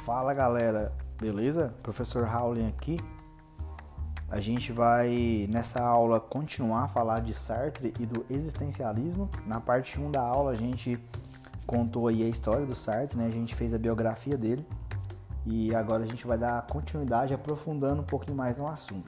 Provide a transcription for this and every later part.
Fala galera, beleza? Professor Howling aqui. A gente vai nessa aula continuar a falar de Sartre e do existencialismo. Na parte 1 da aula a gente contou aí a história do Sartre, né? A gente fez a biografia dele e agora a gente vai dar continuidade aprofundando um pouquinho mais no assunto.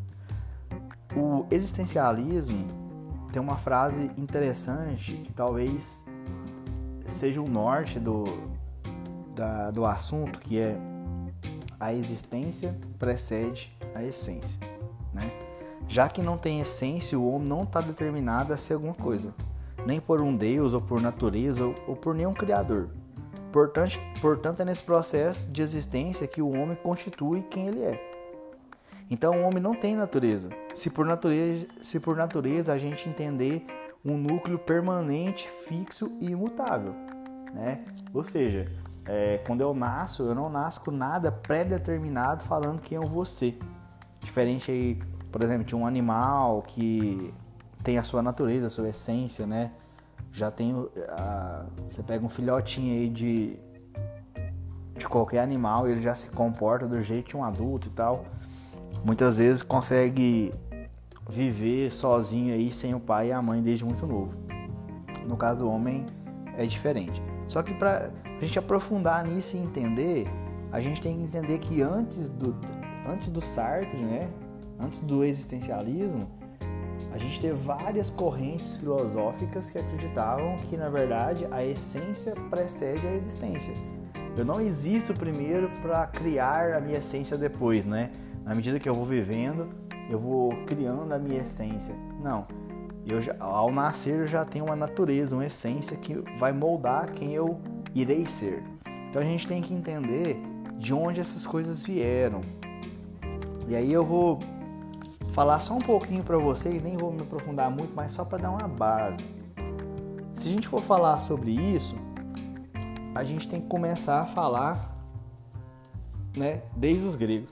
O existencialismo tem uma frase interessante que talvez seja o norte do assunto, que é: a existência precede a essência, né? Já que não tem essência, o homem não está determinado a ser alguma coisa, nem por um Deus, ou por natureza, ou por nenhum criador. Portanto, é nesse processo de existência que o homem constitui quem ele é. Então, o homem não tem natureza. Se por natureza a gente entender um núcleo permanente, fixo e imutável, né? Ou seja, quando eu não nasço com nada pré-determinado falando quem eu vou ser. Diferente aí, por exemplo, de um animal que tem a sua natureza, a sua essência, né? Já tem você pega um filhotinho aí de qualquer animal, ele já se comporta do jeito de um adulto e tal. Muitas vezes consegue viver sozinho aí, sem o pai e a mãe desde muito novo. No caso do homem é diferente. Só que para a gente aprofundar nisso e entender, a gente tem que entender que antes do Sartre, né? Antes do existencialismo, a gente teve várias correntes filosóficas que acreditavam que, na verdade, a essência precede a existência. Eu não existo primeiro para criar a minha essência depois, né? Na medida que eu vou vivendo, eu vou criando a minha essência. Não. Ao nascer eu já tenho uma natureza, uma essência que vai moldar quem eu irei ser. Então a gente tem que entender de onde essas coisas vieram. E aí eu vou falar só um pouquinho para vocês, nem vou me aprofundar muito, mas só para dar uma base. Se a gente for falar sobre isso, a gente tem que começar a falar, né, desde os gregos.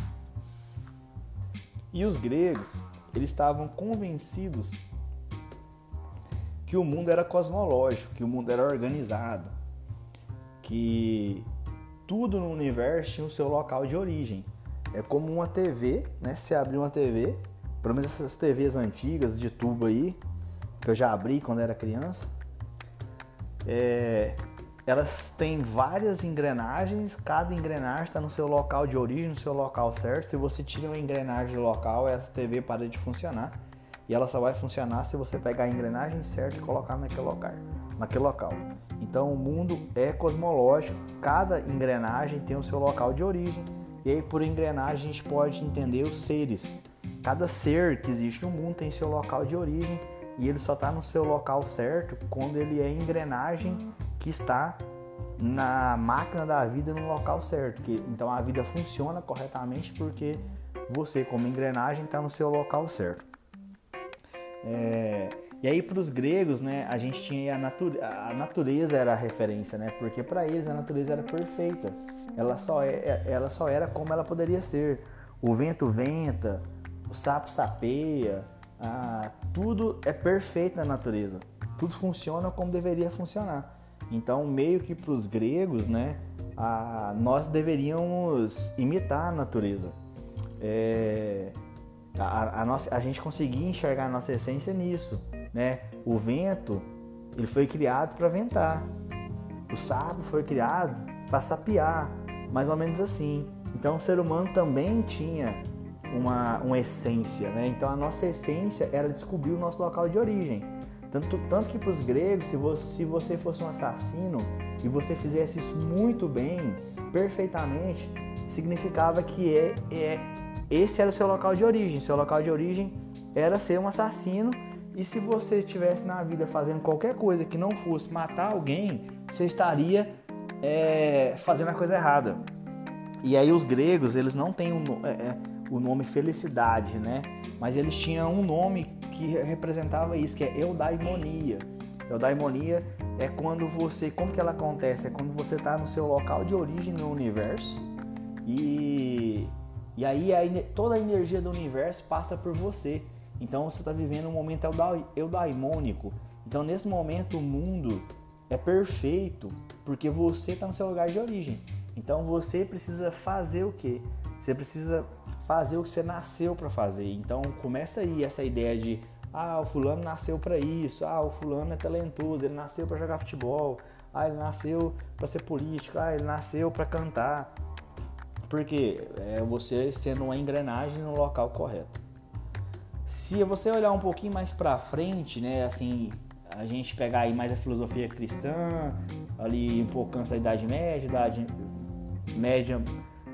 E os gregos, eles estavam convencidos que o mundo era cosmológico, que o mundo era organizado, que tudo no universo tinha o seu local de origem. É como uma TV, né? Se abrir uma TV, pelo menos essas TVs antigas de tubo aí, que eu já abri quando era criança, elas têm várias engrenagens, cada engrenagem está no seu local de origem, no seu local certo. Se você tira uma engrenagem do local, essa TV para de funcionar. E ela só vai funcionar se você pegar a engrenagem certa e colocar naquele local. Então o mundo é cosmológico, cada engrenagem tem o seu local de origem. E aí por engrenagem a gente pode entender os seres. Cada ser que existe no mundo tem seu local de origem e ele só está no seu local certo quando ele é engrenagem que está na máquina da vida no local certo. Então a vida funciona corretamente porque você, como engrenagem, está no seu local certo. E aí para os gregos, né, a gente tinha a natureza era a referência, né, porque para eles a natureza era perfeita. Ela só era como ela poderia ser. O vento venta, o sapo sapeia, tudo é perfeito na natureza. Tudo funciona como deveria funcionar. Então, meio que para os gregos, né, nós deveríamos imitar a natureza. A gente conseguia enxergar a nossa essência nisso, né? O vento, ele foi criado para ventar. O sapo foi criado para sapear, mais ou menos assim. Então, o ser humano também tinha uma essência, né? Então, a nossa essência era descobrir o nosso local de origem. Tanto que para os gregos, se você fosse um assassino e você fizesse isso muito bem, perfeitamente, significava que esse era o seu local de origem. Seu local de origem era ser um assassino, e se você estivesse na vida fazendo qualquer coisa que não fosse matar alguém, você estaria fazendo a coisa errada. E aí os gregos, eles não têm o nome felicidade, né? Mas eles tinham um nome que representava isso, que é eudaimonia. Eudaimonia é quando como que ela acontece? É quando você está no seu local de origem no universo e aí toda a energia do universo passa por você. Então você está vivendo um momento eudaimônico. Então nesse momento o mundo é perfeito porque você está no seu lugar de origem. Então você precisa fazer o quê? Você precisa fazer o que você nasceu para fazer. Então começa aí essa ideia de o fulano nasceu para isso, o fulano é talentoso, ele nasceu para jogar futebol, ele nasceu para ser político, ele nasceu para cantar. Porque é você sendo uma engrenagem no local correto. Se você olhar um pouquinho mais para frente, né, assim, a gente pegar aí mais a filosofia cristã, ali um pouco antes da Idade Média,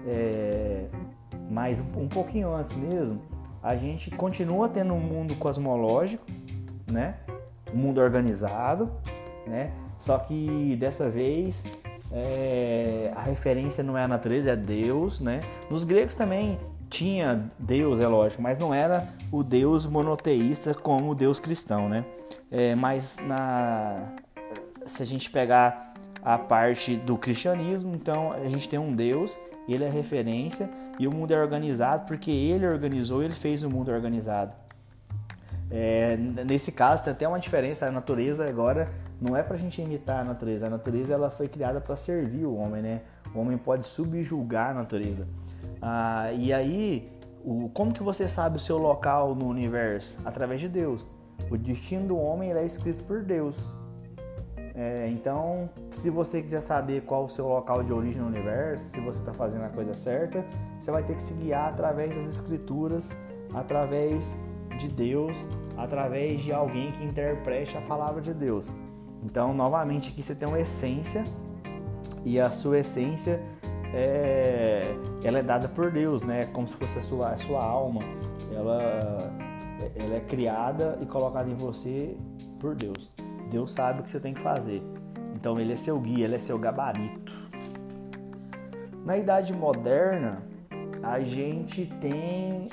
mais um pouquinho antes mesmo, a gente continua tendo um mundo cosmológico, né, um mundo organizado, né, só que dessa vez a referência não é a natureza, é Deus, né? Nos gregos também tinha Deus, é lógico, mas não era o Deus monoteísta como o Deus cristão, né? Mas se a gente pegar a parte do cristianismo, então a gente tem um Deus, ele é referência e o mundo é organizado porque ele organizou, ele fez o mundo organizado. Nesse caso tem até uma diferença, a natureza agora não é pra gente imitar a natureza ela foi criada para servir o homem, né? O homem pode subjugar a natureza. E aí, como que você sabe o seu local no universo? Através de Deus. O destino do homem é escrito por Deus. Então, se você quiser saber qual o seu local de origem no universo, se você está fazendo a coisa certa, você vai ter que se guiar através das escrituras, através de Deus, através de alguém que interprete a palavra de Deus. Então, novamente, aqui você tem uma essência e a sua essência ela é dada por Deus, né? Como se fosse a sua alma. Ela é criada e colocada em você por Deus. Deus sabe o que você tem que fazer. Então, ele é seu guia, ele é seu gabarito. Na Idade Moderna, a gente tem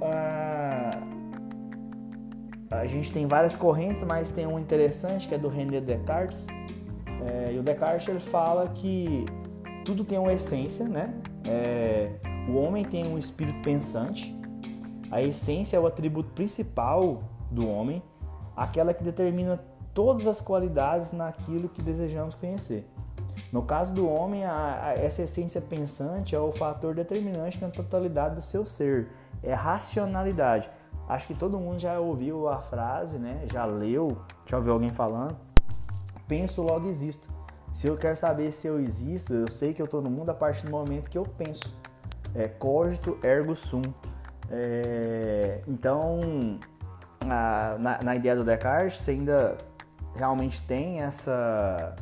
várias correntes, mas tem um interessante que é do René Descartes. E o Descartes ele fala que tudo tem uma essência, né? O homem tem um espírito pensante. A essência é o atributo principal do homem, aquela que determina todas as qualidades naquilo que desejamos conhecer. No caso do homem, essa essência pensante é o fator determinante na totalidade do seu ser. É racionalidade. Acho que todo mundo já ouviu a frase, né? Já leu, já ouviu alguém falando. Penso, logo existo. Se eu quero saber se eu existo, eu sei que eu estou no mundo a partir do momento que eu penso. Cogito ergo sum. Então, na ideia do Descartes, você ainda realmente tem essa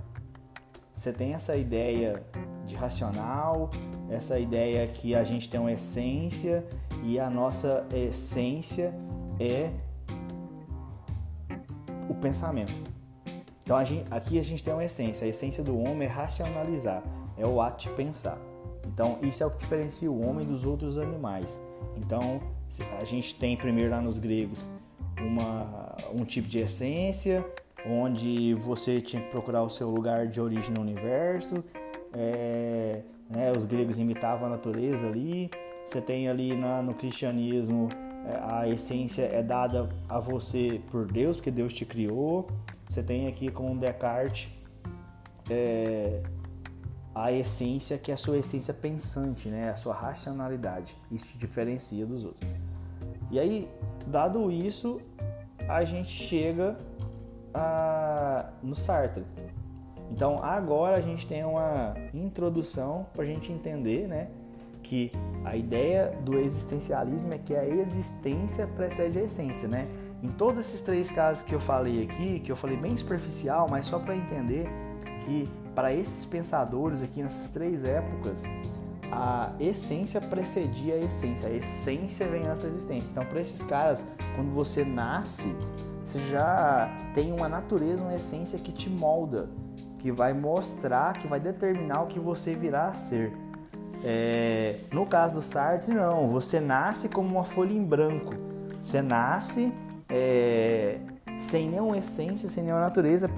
ideia de racional, essa ideia que a gente tem uma essência e a nossa essência é o pensamento. Então aqui a gente tem uma essência. A essência do homem é racionalizar, é o ato de pensar. Então isso é o que diferencia o homem dos outros animais. Então a gente tem primeiro lá nos gregos um tipo de essência, onde você tinha que procurar o seu lugar de origem no universo. Os gregos imitavam a natureza ali. Você tem ali no cristianismo a essência é dada a você por Deus, porque Deus te criou. Você tem aqui com Descartes a essência, que é a sua essência pensante, né? A sua racionalidade. Isso te diferencia dos outros. E aí, dado isso, a gente chega no Sartre. Então agora a gente tem uma introdução para a gente entender, né, que a ideia do existencialismo é que a existência precede a essência, né? Em todos esses três casos que eu falei aqui, que eu falei bem superficial, mas só para entender que para esses pensadores aqui nessas três épocas, a essência precedia a essência vem antes da existência. Então para esses caras, quando você nasce, você já tem uma natureza, uma essência que te molda, que vai mostrar, que vai determinar o que você virá a ser. No caso do Sartre, não. Você nasce como uma folha em branco. Você nasce sem nenhuma essência, sem nenhuma natureza,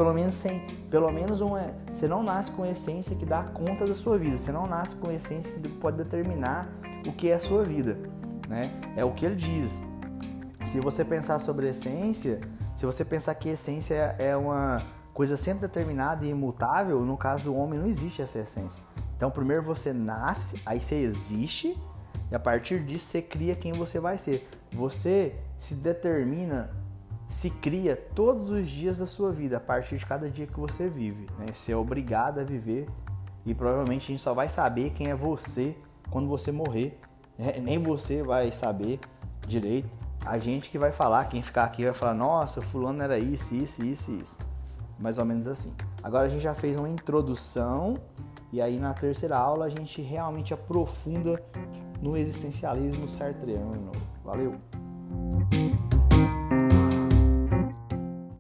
você não nasce com essência que dá conta da sua vida. Você não nasce com essência que pode determinar o que é a sua vida, né? É o que ele diz. Se você pensar sobre essência, se você pensar que essência é uma coisa sempre determinada e imutável, no caso do homem não existe essa essência. Então, primeiro você nasce, aí você existe, e a partir disso você cria quem você vai ser. Você se determina, se cria todos os dias da sua vida, a partir de cada dia que você vive, né? Você é obrigado a viver, e provavelmente a gente só vai saber quem é você quando você morrer, né? Nem você vai saber direito. A gente que vai falar, quem ficar aqui vai falar, nossa, fulano era isso. Mais ou menos assim. Agora a gente já fez uma introdução, e aí na terceira aula a gente realmente aprofunda no existencialismo sartreano. Valeu!